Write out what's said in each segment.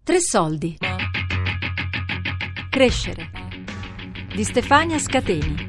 Tre soldi. Crescere di Stefania Scateni.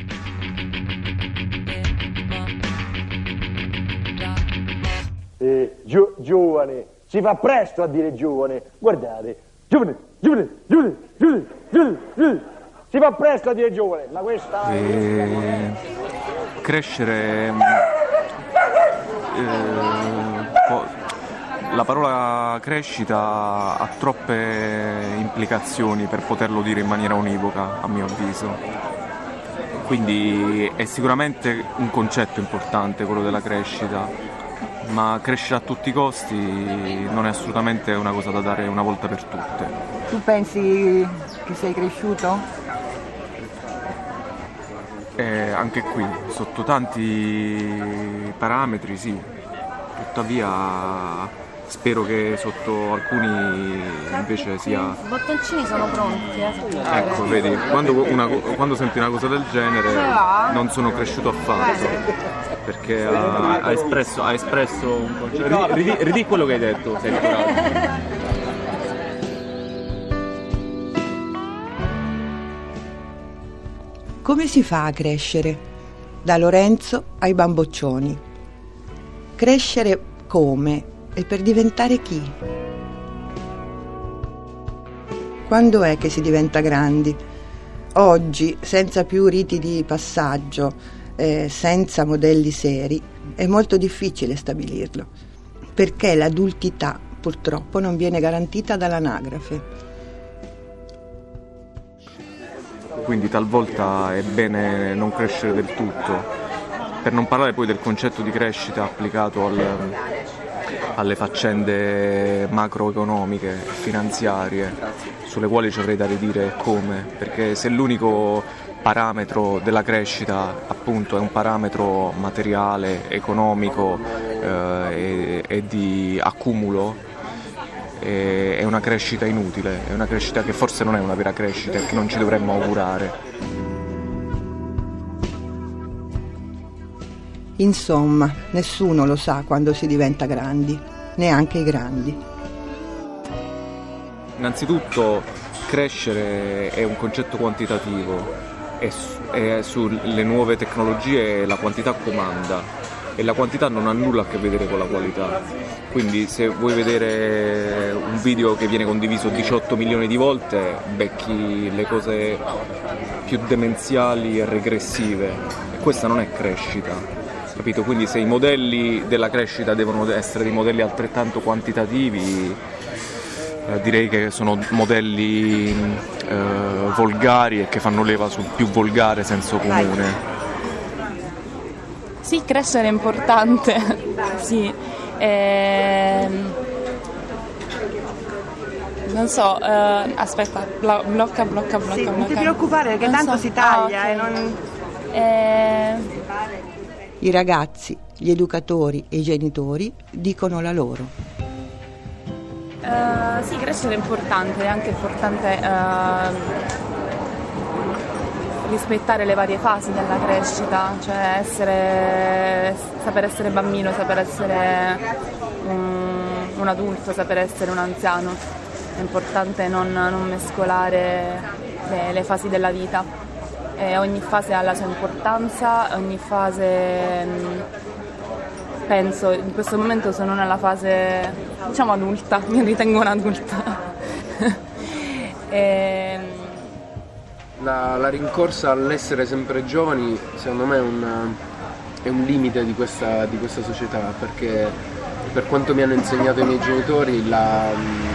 Giovane, si fa presto a dire giovane. Guardate, giovane, si fa presto a dire giovane, ma questa crescere la parola crescita ha troppe implicazioni per poterlo dire in maniera univoca, a mio avviso. Quindi è sicuramente un concetto importante quello della crescita, ma crescere a tutti i costi non è assolutamente una cosa da dare una volta per tutte. Tu pensi che sei cresciuto? Anche qui, sotto tanti parametri sì, tuttavia spero che sotto alcuni invece sia... I bottoncini sono pronti, Ecco, vedi, quando senti una cosa del genere non sono cresciuto affatto, perché ha espresso un concetto. Ridì quello che hai detto, sei ricordato. Come si fa a crescere? Da Lorenzo ai bamboccioni. Crescere come? E per diventare chi? Quando è che si diventa grandi? Oggi, senza più riti di passaggio, senza modelli seri, è molto difficile stabilirlo, perché l'adultità purtroppo non viene garantita dall'anagrafe. Quindi talvolta è bene non crescere del tutto, per non parlare poi del concetto di crescita applicato alle faccende macroeconomiche, finanziarie, sulle quali ci avrei da ridire come, perché se l'unico parametro della crescita appunto è un parametro materiale, economico e di accumulo, è una crescita inutile, è una crescita che forse non è una vera crescita e che non ci dovremmo augurare. Insomma, nessuno lo sa quando si diventa grandi, neanche i grandi. Innanzitutto crescere è un concetto quantitativo e sulle nuove tecnologie la quantità comanda e la quantità non ha nulla a che vedere con la qualità. Quindi se vuoi vedere un video che viene condiviso 18 milioni di volte, becchi le cose più demenziali e regressive, e questa non è crescita, capito? Quindi se i modelli della crescita devono essere dei modelli altrettanto quantitativi, direi che sono modelli volgari e che fanno leva sul più volgare senso comune. Sì, crescere è importante, sì. Non so, aspetta, blocca. Sì, non ti preoccupare perché tanto si taglia. Okay. I ragazzi, gli educatori e i genitori dicono la loro. Sì, crescere è importante, è anche importante rispettare le varie fasi della crescita, cioè saper essere bambino, saper essere un adulto, saper essere un anziano. È importante non mescolare le fasi della vita. Ogni fase ha la sua importanza, ogni fase, penso, in questo momento sono nella fase, diciamo, adulta, mi ritengo un'adulta. La rincorsa all'essere sempre giovani secondo me è un limite di questa società, perché per quanto mi hanno insegnato i miei genitori la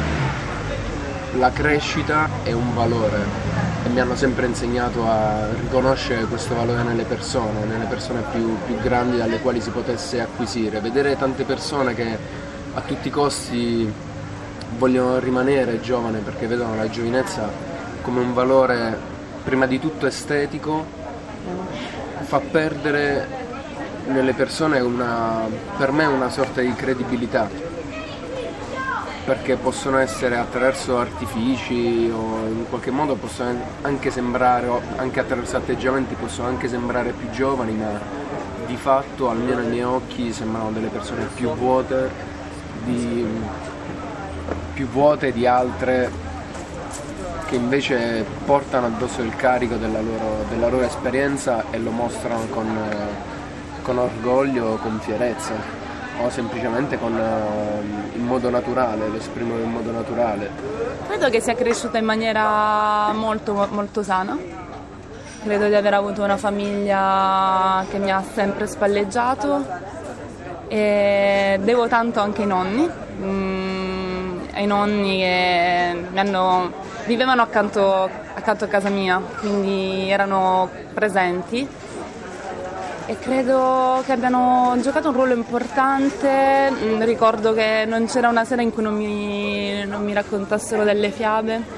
crescita è un valore e mi hanno sempre insegnato a riconoscere questo valore nelle persone più grandi dalle quali si potesse acquisire. Vedere tante persone che a tutti i costi vogliono rimanere giovane perché vedono la giovinezza come un valore prima di tutto estetico, fa perdere nelle persone per me una sorta di credibilità, perché possono essere attraverso artifici o in qualche modo possono anche sembrare, o anche attraverso atteggiamenti possono anche sembrare più giovani, ma di fatto, almeno ai miei occhi, sembrano delle persone più vuote, più vuote di altre che invece portano addosso il carico della loro esperienza e lo mostrano con orgoglio, con fierezza, o semplicemente in modo naturale, lo esprimono in modo naturale. Credo che sia cresciuta in maniera molto, molto sana. Credo di aver avuto una famiglia che mi ha sempre spalleggiato e devo tanto anche ai nonni, che vivevano accanto a casa mia, quindi erano presenti e credo che abbiano giocato un ruolo importante. Ricordo che non c'era una sera in cui non mi raccontassero delle fiabe.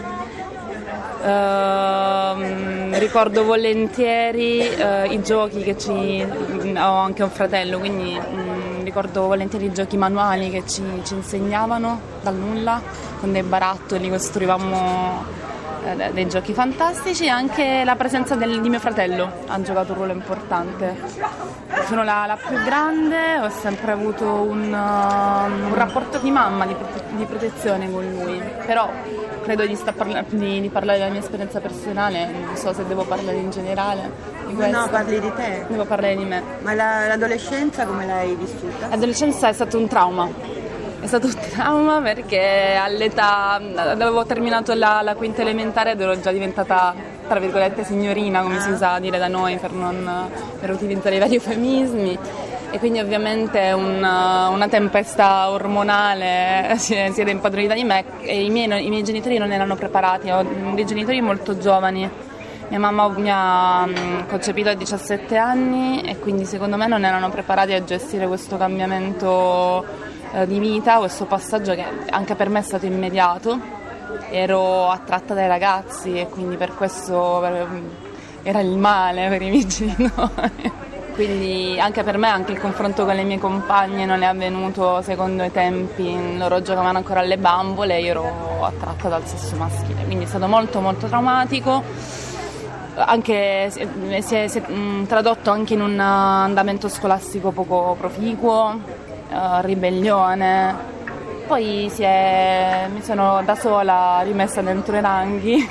Ricordo volentieri i giochi ho anche un fratello, quindi ricordo volentieri i giochi manuali che ci insegnavano dal nulla, con dei barattoli costruivamo dei giochi fantastici. Anche la presenza di mio fratello ha giocato un ruolo importante. Sono la più grande, ho sempre avuto un rapporto di mamma, di protezione con lui, però credo di parlare della mia esperienza personale, non so se devo parlare in generale di questo. No, parli di te. Devo parlare di me. Ma l'adolescenza come l'hai vissuta? L'adolescenza è stato un trauma. È stato un trauma perché all'età, avevo terminato la quinta elementare ed ero già diventata, tra virgolette, signorina, come si usa dire da noi per utilizzare i vari eufemismi. E quindi ovviamente una tempesta ormonale si è impadronita di me e i miei genitori non erano preparati. Ho dei genitori molto giovani. Mia mamma mi ha concepito a 17 anni e quindi secondo me non erano preparati a gestire questo cambiamento di vita, questo passaggio che anche per me è stato immediato. Ero attratta dai ragazzi e quindi per questo era il male per i miei genitori. Quindi anche per me, anche il confronto con le mie compagne non è avvenuto secondo i tempi. Loro giocavano ancora alle bambole e io ero attratta dal sesso maschile, quindi è stato molto molto traumatico. Anche si è tradotto anche in un andamento scolastico poco proficuo, ribellione. Poi mi sono da sola rimessa dentro i ranghi.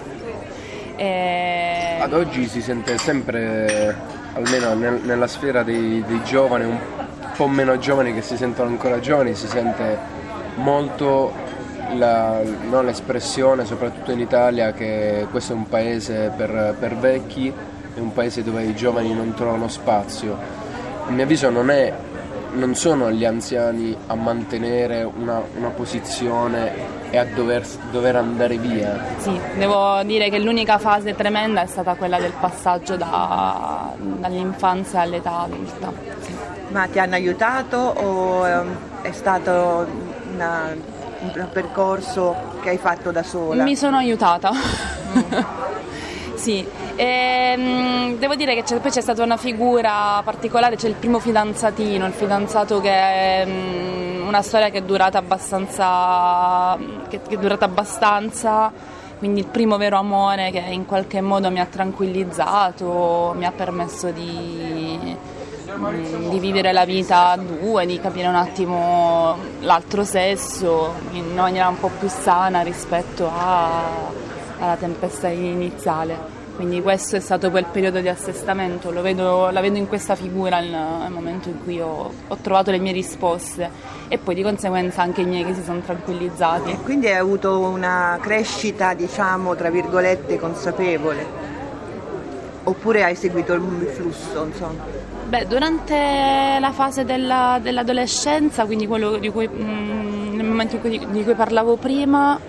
Ad oggi si sente sempre, almeno nella sfera dei giovani, un po' meno giovani che si sentono ancora giovani, si sente molto l'espressione, soprattutto in Italia, che questo è un paese per vecchi, è un paese dove i giovani non trovano spazio. A mio avviso non sono gli anziani a mantenere una posizione e a dover andare via. Sì, devo dire che l'unica fase tremenda è stata quella del passaggio dall'infanzia all'età adulta. Sì. Ma ti hanno aiutato o è stato un percorso che hai fatto da sola? Mi sono aiutata. Sì, devo dire che poi c'è stata una figura particolare, c'è il primo fidanzatino, il fidanzato che è una storia che è durata abbastanza, quindi il primo vero amore che in qualche modo mi ha tranquillizzato, mi ha permesso di vivere la vita a due, di capire un attimo l'altro sesso in una maniera un po' più sana rispetto alla tempesta iniziale. Quindi questo è stato quel periodo di assestamento, la vedo in questa figura nel momento in cui ho trovato le mie risposte e poi di conseguenza anche i miei che si sono tranquillizzati. E quindi hai avuto una crescita, diciamo, tra virgolette, consapevole? Oppure hai seguito il flusso, insomma? Beh, durante la fase dell'adolescenza, quindi quello nel momento di cui parlavo prima,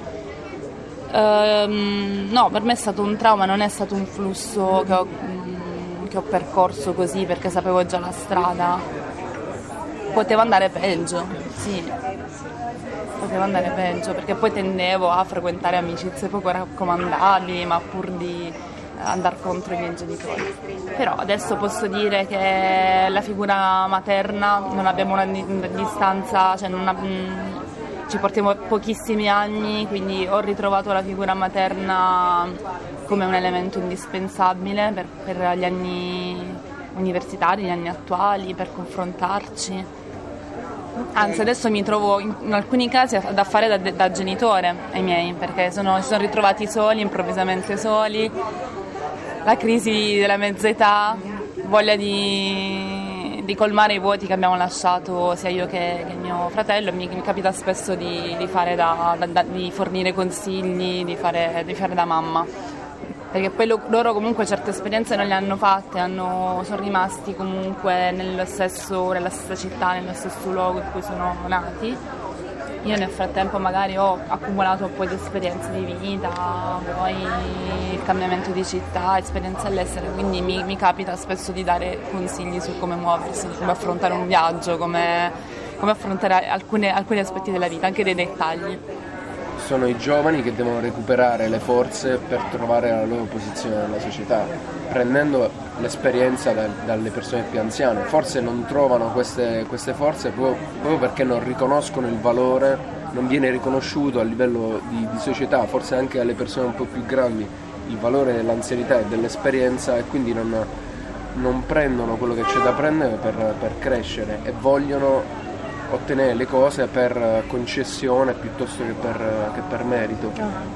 no, per me è stato un trauma, non è stato un flusso che ho percorso così perché sapevo già la strada. Poteva andare peggio, sì, poteva andare peggio perché poi tendevo a frequentare amicizie poco raccomandabili, ma pur di andare contro i miei genitori. Però adesso posso dire che la figura materna non abbiamo una distanza, cioè ci portiamo pochissimi anni, quindi ho ritrovato la figura materna come un elemento indispensabile per gli anni universitari, gli anni attuali, per confrontarci. Anzi, adesso mi trovo in alcuni casi da fare da genitore ai miei, perché si sono ritrovati soli, improvvisamente soli, la crisi della mezza età, voglia di colmare i vuoti che abbiamo lasciato sia io che mio fratello. Mi capita spesso di fare di fornire consigli, di fare da mamma. Perché poi loro comunque certe esperienze non le hanno fatte, sono rimasti comunque nella stessa città, nello stesso luogo in cui sono nati. Io nel frattempo magari ho accumulato un po' di esperienze di vita, poi il cambiamento di città, esperienze all'estero, quindi mi capita spesso di dare consigli su come muoversi, come affrontare un viaggio, come affrontare alcuni aspetti della vita, anche dei dettagli. Sono i giovani che devono recuperare le forze per trovare la loro posizione nella società, prendendo l'esperienza dalle persone più anziane. Forse non trovano queste forze proprio perché non riconoscono il valore, non viene riconosciuto a livello di società, forse anche alle persone un po' più grandi, il valore dell'anzianità e dell'esperienza, e quindi non prendono quello che c'è da prendere per crescere e vogliono ottenere le cose per concessione piuttosto che per merito.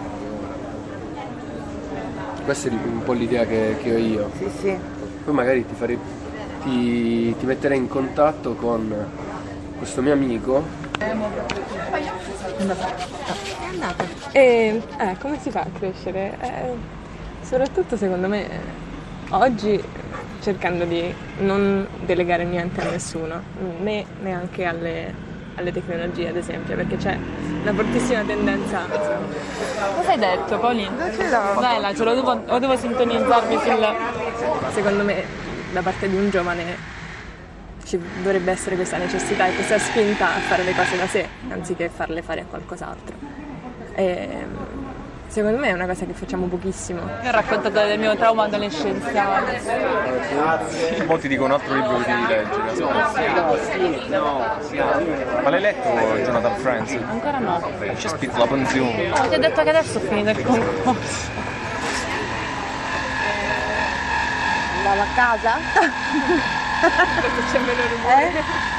Questa è un po' l'idea che ho io. Sì. Poi magari ti metterei in contatto con questo mio amico. È andata. Come si fa a crescere? Soprattutto secondo me oggi cercando di non delegare niente a nessuno, né neanche alle tecnologie ad esempio, perché c'è una fortissima tendenza. Cosa hai detto, Paolina? Dai là, devo sintonizzarmi sul... Secondo me da parte di un giovane ci dovrebbe essere questa necessità e questa spinta a fare le cose da sé, anziché farle fare a qualcos'altro. Secondo me è una cosa che facciamo pochissimo. Io ho raccontato del mio trauma adolescenziale. Mo' ti dico un altro libro che devi leggere. Ma l'hai letto Jonathan Franz? Ancora no. C'è scritto La pensione. Ti ho detto che adesso ho finito il concorso. Andavo a casa? C'è meno rumore.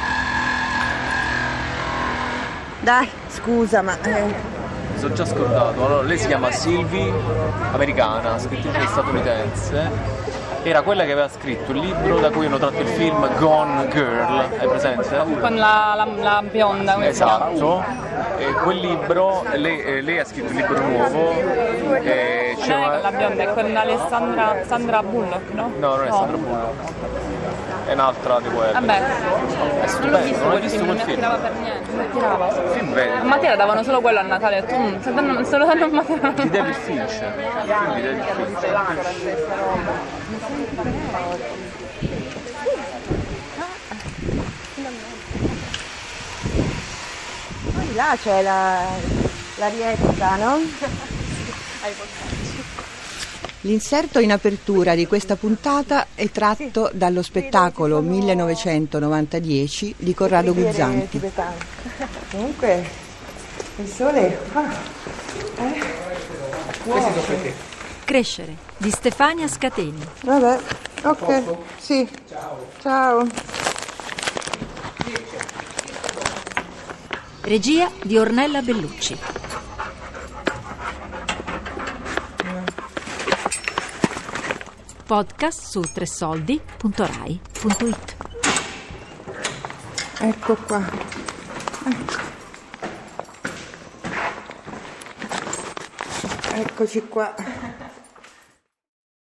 Dai, scusa, ma... Mi sono già scordato. Allora, lei si chiama Sylvie, americana, scrittrice statunitense. Era quella che aveva scritto il libro da cui hanno tratto il film Gone Girl, hai presente? Con la bionda. Esatto. E quel libro, lei ha scritto un libro nuovo. La bionda è con Sandra Bullock, no? No, non è Sandra Bullock. È un'altra di quelle. Vabbè, È stupendo, non hai visto quel non mi film? attirava per niente, non mi attirava. Il film bello. A Matera davano solo quello a Natale, ho detto, se lo danno a Matera. Di David Fincher. Di David Fincher. Poi là c'è l'arietta, no? L'inserto in apertura di questa puntata è tratto dallo spettacolo 1990 di Corrado Guzzanti. Comunque il sole... Crescere di Stefania Scateni. Vabbè, ok, sì. Ciao. Regia di Ornella Bellucci. Podcast su tressoldi.rai.it. Ecco qua. Eccoci qua.